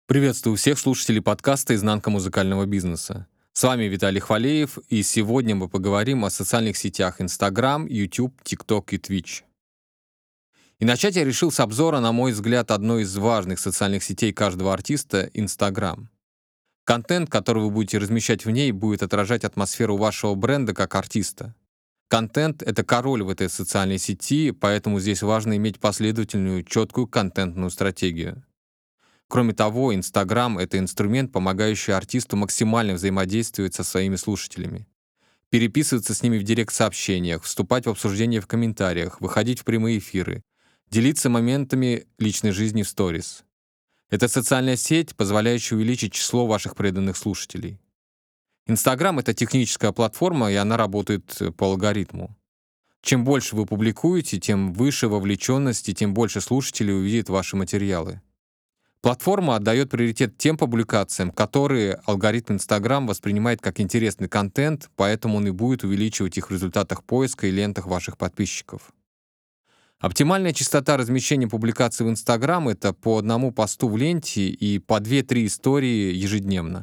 Приветствую всех слушателей подкаста «Изнанка музыкального бизнеса». С вами Виталий Хвалеев, и сегодня мы поговорим о социальных сетях Instagram, YouTube, TikTok и Twitch. И начать я решил с обзора, на мой взгляд, одной из важных социальных сетей каждого артиста — Instagram. Контент, который вы будете размещать в ней, будет отражать атмосферу вашего бренда как артиста. Контент — это король в этой социальной сети, поэтому здесь важно иметь последовательную, четкую контентную стратегию. Кроме того, Instagram — это инструмент, помогающий артисту максимально взаимодействовать со своими слушателями, переписываться с ними в директ-сообщениях, вступать в обсуждения в комментариях, выходить в прямые эфиры, делиться моментами личной жизни в сторис. Это социальная сеть, позволяющая увеличить число ваших преданных слушателей. Instagram — это техническая платформа, и она работает по алгоритму. Чем больше вы публикуете, тем выше вовлеченность и тем больше слушателей увидят ваши материалы. Платформа отдает приоритет тем публикациям, которые алгоритм Instagram воспринимает как интересный контент, поэтому он и будет увеличивать их в результатах поиска и лентах ваших подписчиков. Оптимальная частота размещения публикаций в Instagram — это по одному посту в ленте и по 2-3 истории ежедневно.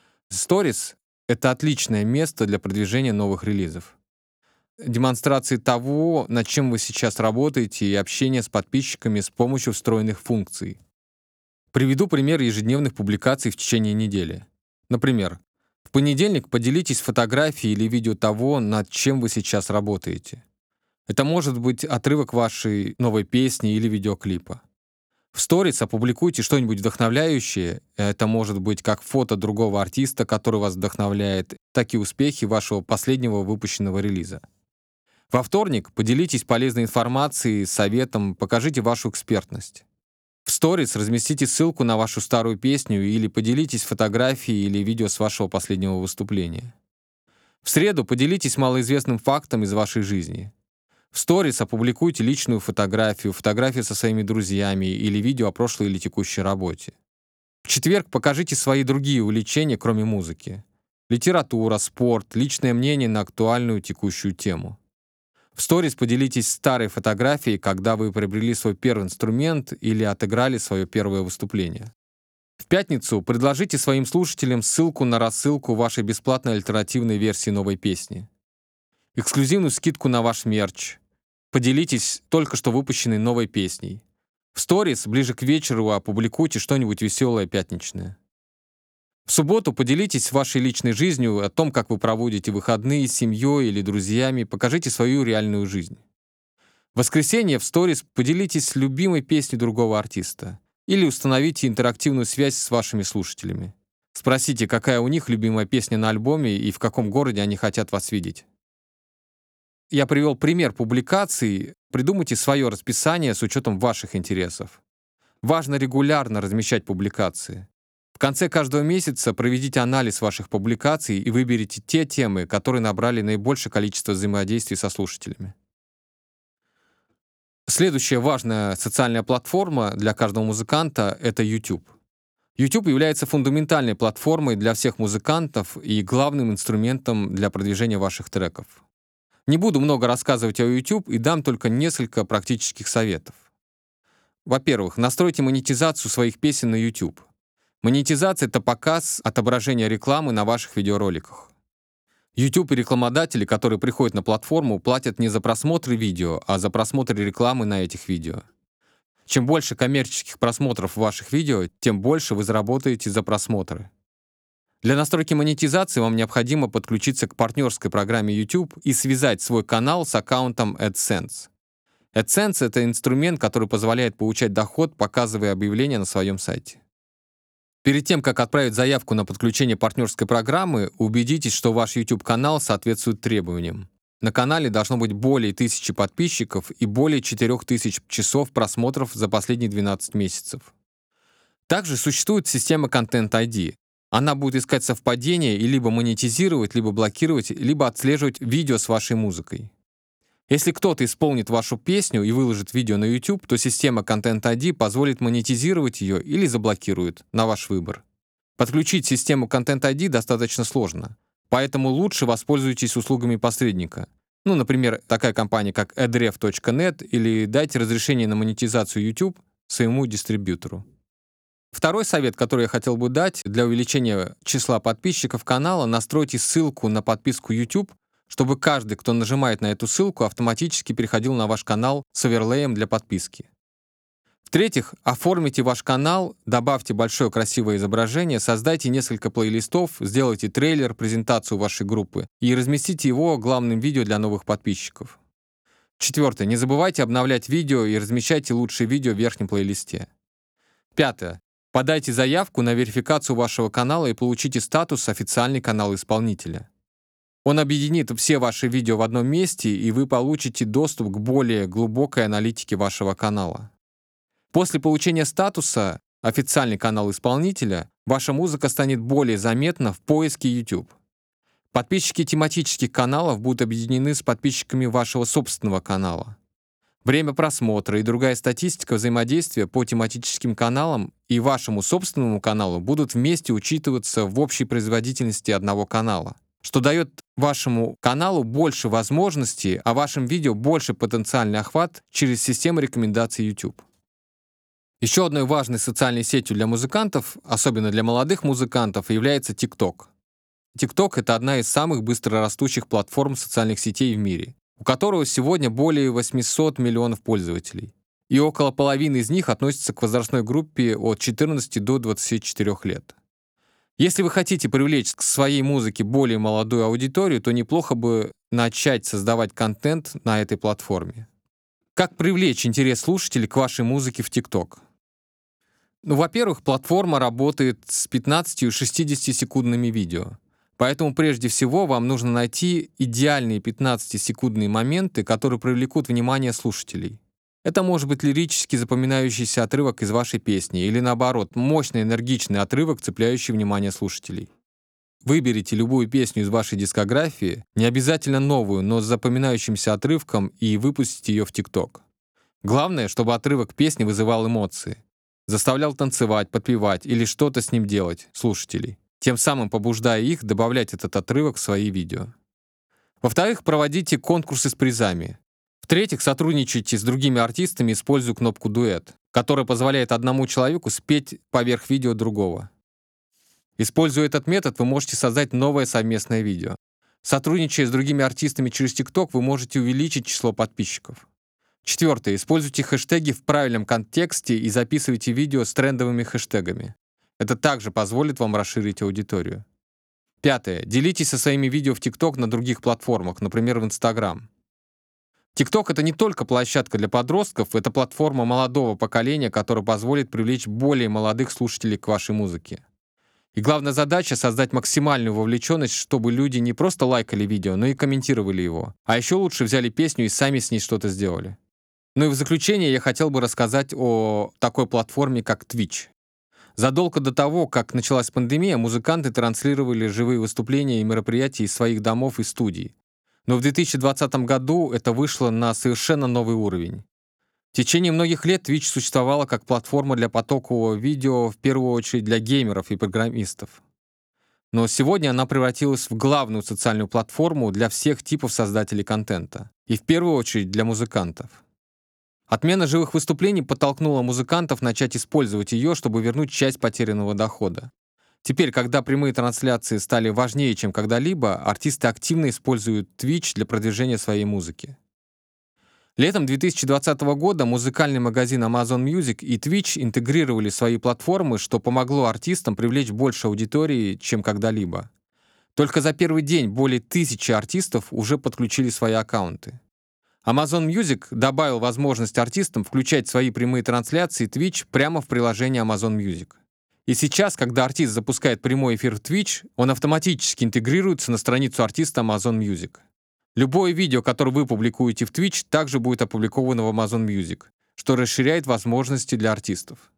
Stories — это отличное место для продвижения новых релизов, демонстрации того, над чем вы сейчас работаете, и общения с подписчиками с помощью встроенных функций. Приведу пример ежедневных публикаций в течение недели. Например, в понедельник поделитесь фотографией или видео того, над чем вы сейчас работаете. Это может быть отрывок вашей новой песни или видеоклипа. В сторис опубликуйте что-нибудь вдохновляющее. Это может быть как фото другого артиста, который вас вдохновляет, так и успехи вашего последнего выпущенного релиза. Во вторник поделитесь полезной информацией, советом, покажите вашу экспертность. В сторис разместите ссылку на вашу старую песню или поделитесь фотографией или видео с вашего последнего выступления. В среду поделитесь малоизвестным фактом из вашей жизни. В сторис опубликуйте личную фотографию, фотографию со своими друзьями или видео о прошлой или текущей работе. В четверг покажите свои другие увлечения, кроме музыки. Литература, спорт, личное мнение на актуальную текущую тему. В сторис поделитесь старой фотографией, когда вы приобрели свой первый инструмент или отыграли свое первое выступление. В пятницу предложите своим слушателям ссылку на рассылку вашей бесплатной альтернативной версии новой песни. Эксклюзивную скидку на ваш мерч. Поделитесь только что выпущенной новой песней. В сторис ближе к вечеру опубликуйте что-нибудь веселое пятничное. В субботу поделитесь вашей личной жизнью, о том, как вы проводите выходные с семьей или друзьями, покажите свою реальную жизнь. В воскресенье в сторис поделитесь любимой песней другого артиста или установите интерактивную связь с вашими слушателями. Спросите, какая у них любимая песня на альбоме и в каком городе они хотят вас видеть. Я привел пример публикаций. Придумайте свое расписание с учетом ваших интересов. Важно регулярно размещать публикации. В конце каждого месяца проведите анализ ваших публикаций и выберите те темы, которые набрали наибольшее количество взаимодействий со слушателями. Следующая важная социальная платформа для каждого музыканта — это YouTube. YouTube является фундаментальной платформой для всех музыкантов и главным инструментом для продвижения ваших треков. Не буду много рассказывать о YouTube и дам только несколько практических советов. Во-первых, настройте монетизацию своих песен на YouTube. Монетизация — это показ отображения рекламы на ваших видеороликах. YouTube и рекламодатели, которые приходят на платформу, платят не за просмотры видео, а за просмотры рекламы на этих видео. Чем больше коммерческих просмотров ваших видео, тем больше вы заработаете за просмотры. Для настройки монетизации вам необходимо подключиться к партнерской программе YouTube и связать свой канал с аккаунтом AdSense. AdSense — это инструмент, который позволяет получать доход, показывая объявления на своем сайте. Перед тем, как отправить заявку на подключение партнерской программы, убедитесь, что ваш YouTube-канал соответствует требованиям. На канале должно быть более 1000 подписчиков и более 4000 часов просмотров за последние 12 месяцев. Также существует система Content ID. Она будет искать совпадения и либо монетизировать, либо блокировать, либо отслеживать видео с вашей музыкой. Если кто-то исполнит вашу песню и выложит видео на YouTube, то система Content ID позволит монетизировать ее или заблокирует, на ваш выбор. Подключить систему Content ID достаточно сложно, поэтому лучше воспользуйтесь услугами посредника. Например, такая компания, как adref.net, или дайте разрешение на монетизацию YouTube своему дистрибьютору. Второй совет, который я хотел бы дать для увеличения числа подписчиков канала, настройте ссылку на подписку YouTube, чтобы каждый, кто нажимает на эту ссылку, автоматически переходил на ваш канал с оверлеем для подписки. В-третьих, оформите ваш канал, добавьте большое красивое изображение, создайте несколько плейлистов, сделайте трейлер, презентацию вашей группы и разместите его главным видео для новых подписчиков. Четвертое. Не забывайте обновлять видео и размещайте лучшие видео в верхнем плейлисте. Пятое. Подайте заявку на верификацию вашего канала и получите статус «Официальный канал исполнителя». Он объединит все ваши видео в одном месте, и вы получите доступ к более глубокой аналитике вашего канала. После получения статуса «Официальный канал исполнителя» ваша музыка станет более заметна в поиске YouTube. Подписчики тематических каналов будут объединены с подписчиками вашего собственного канала. Время просмотра и другая статистика взаимодействия по тематическим каналам и вашему собственному каналу будут вместе учитываться в общей производительности одного канала, что дает вашему каналу больше возможностей, а вашим видео больше потенциальный охват через систему рекомендаций YouTube. Еще одной важной социальной сетью для музыкантов, особенно для молодых музыкантов, является TikTok. TikTok — это одна из самых быстрорастущих платформ социальных сетей в мире, у которого сегодня более 800 миллионов пользователей. И около половины из них относятся к возрастной группе от 14 до 24 лет. Если вы хотите привлечь к своей музыке более молодую аудиторию, то неплохо бы начать создавать контент на этой платформе. Как привлечь интерес слушателей к вашей музыке в TikTok? Во-первых, платформа работает с 15-60-секундными видео. Поэтому прежде всего вам нужно найти идеальные 15-секундные моменты, которые привлекут внимание слушателей. Это может быть лирически запоминающийся отрывок из вашей песни или, наоборот, мощный энергичный отрывок, цепляющий внимание слушателей. Выберите любую песню из вашей дискографии, не обязательно новую, но с запоминающимся отрывком, и выпустите ее в TikTok. Главное, чтобы отрывок песни вызывал эмоции, заставлял танцевать, подпевать или что-то с ним делать слушателей, тем самым побуждая их добавлять этот отрывок в свои видео. Во-вторых, проводите конкурсы с призами. В-третьих, сотрудничайте с другими артистами, используя кнопку «Дуэт», которая позволяет одному человеку спеть поверх видео другого. Используя этот метод, вы можете создать новое совместное видео. Сотрудничая с другими артистами через TikTok, вы можете увеличить число подписчиков. Четвертое. Используйте хэштеги в правильном контексте и записывайте видео с трендовыми хэштегами. Это также позволит вам расширить аудиторию. Пятое. Делитесь со своими видео в TikTok на других платформах, например, в Instagram. TikTok — это не только площадка для подростков, это платформа молодого поколения, которая позволит привлечь более молодых слушателей к вашей музыке. И главная задача — создать максимальную вовлеченность, чтобы люди не просто лайкали видео, но и комментировали его. А еще лучше взяли песню и сами с ней что-то сделали. Ну и в заключение я хотел бы рассказать о такой платформе, как Twitch. Задолго до того, как началась пандемия, музыканты транслировали живые выступления и мероприятия из своих домов и студий. Но в 2020 году это вышло на совершенно новый уровень. В течение многих лет Twitch существовала как платформа для потокового видео, в первую очередь для геймеров и программистов. Но сегодня она превратилась в главную социальную платформу для всех типов создателей контента. И в первую очередь для музыкантов. Отмена живых выступлений подтолкнула музыкантов начать использовать ее, чтобы вернуть часть потерянного дохода. Теперь, когда прямые трансляции стали важнее, чем когда-либо, артисты активно используют Twitch для продвижения своей музыки. Летом 2020 года музыкальный магазин Amazon Music и Twitch интегрировали свои платформы, что помогло артистам привлечь больше аудитории, чем когда-либо. Только за первый день более 1000 артистов уже подключили свои аккаунты. Amazon Music добавил возможность артистам включать свои прямые трансляции Twitch прямо в приложении Amazon Music. И сейчас, когда артист запускает прямой эфир в Twitch, он автоматически интегрируется на страницу артиста Amazon Music. Любое видео, которое вы публикуете в Twitch, также будет опубликовано в Amazon Music, что расширяет возможности для артистов.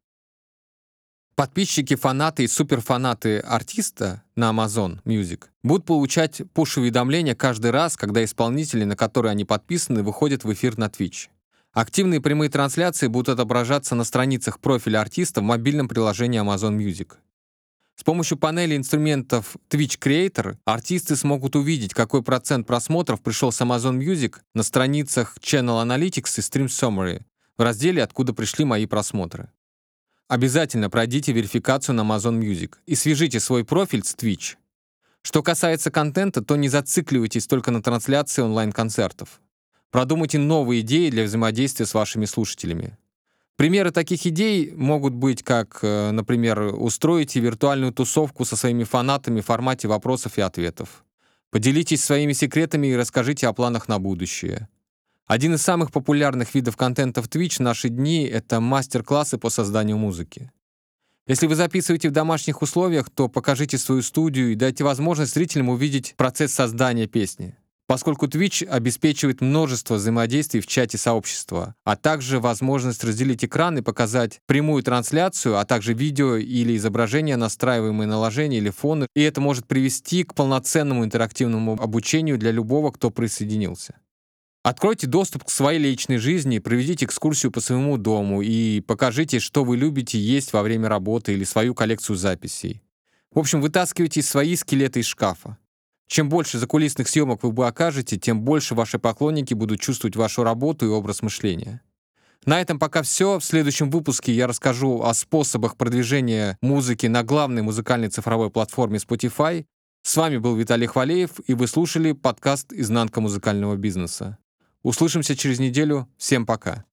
Подписчики, фанаты и суперфанаты артиста на Amazon Music будут получать пуш-уведомления каждый раз, когда исполнители, на которые они подписаны, выходят в эфир на Twitch. Активные прямые трансляции будут отображаться на страницах профиля артиста в мобильном приложении Amazon Music. С помощью панели инструментов Twitch Creator артисты смогут увидеть, какой процент просмотров пришел с Amazon Music на страницах Channel Analytics и Stream Summary в разделе «Откуда пришли мои просмотры». обязательно пройдите верификацию на Amazon Music и свяжите свой профиль с Twitch. Что касается контента, то не зацикливайтесь только на трансляции онлайн-концертов. Продумайте новые идеи для взаимодействия с вашими слушателями. Примеры таких идей могут быть, как, например, устроите виртуальную тусовку со своими фанатами в формате вопросов и ответов. Поделитесь своими секретами и расскажите о планах на будущее. Один из самых популярных видов контента в Twitch в наши дни — это мастер-классы по созданию музыки. Если вы записываете в домашних условиях, то покажите свою студию и дайте возможность зрителям увидеть процесс создания песни. Поскольку Twitch обеспечивает множество взаимодействий в чате сообщества, а также возможность разделить экран и показать прямую трансляцию, а также видео или изображения, настраиваемые наложения или фоны, и это может привести к полноценному интерактивному обучению для любого, кто присоединился. Откройте доступ к своей личной жизни, проведите экскурсию по своему дому и покажите, что вы любите есть во время работы или свою коллекцию записей. В общем, вытаскивайте свои скелеты из шкафа. Чем больше закулисных съемок вы окажете, тем больше ваши поклонники будут чувствовать вашу работу и образ мышления. На этом пока все. В следующем выпуске я расскажу о способах продвижения музыки на главной музыкальной цифровой платформе Spotify. С вами был Виталий Хвалеев, и вы слушали подкаст «Изнанка музыкального бизнеса». Услышимся через неделю. Всем пока.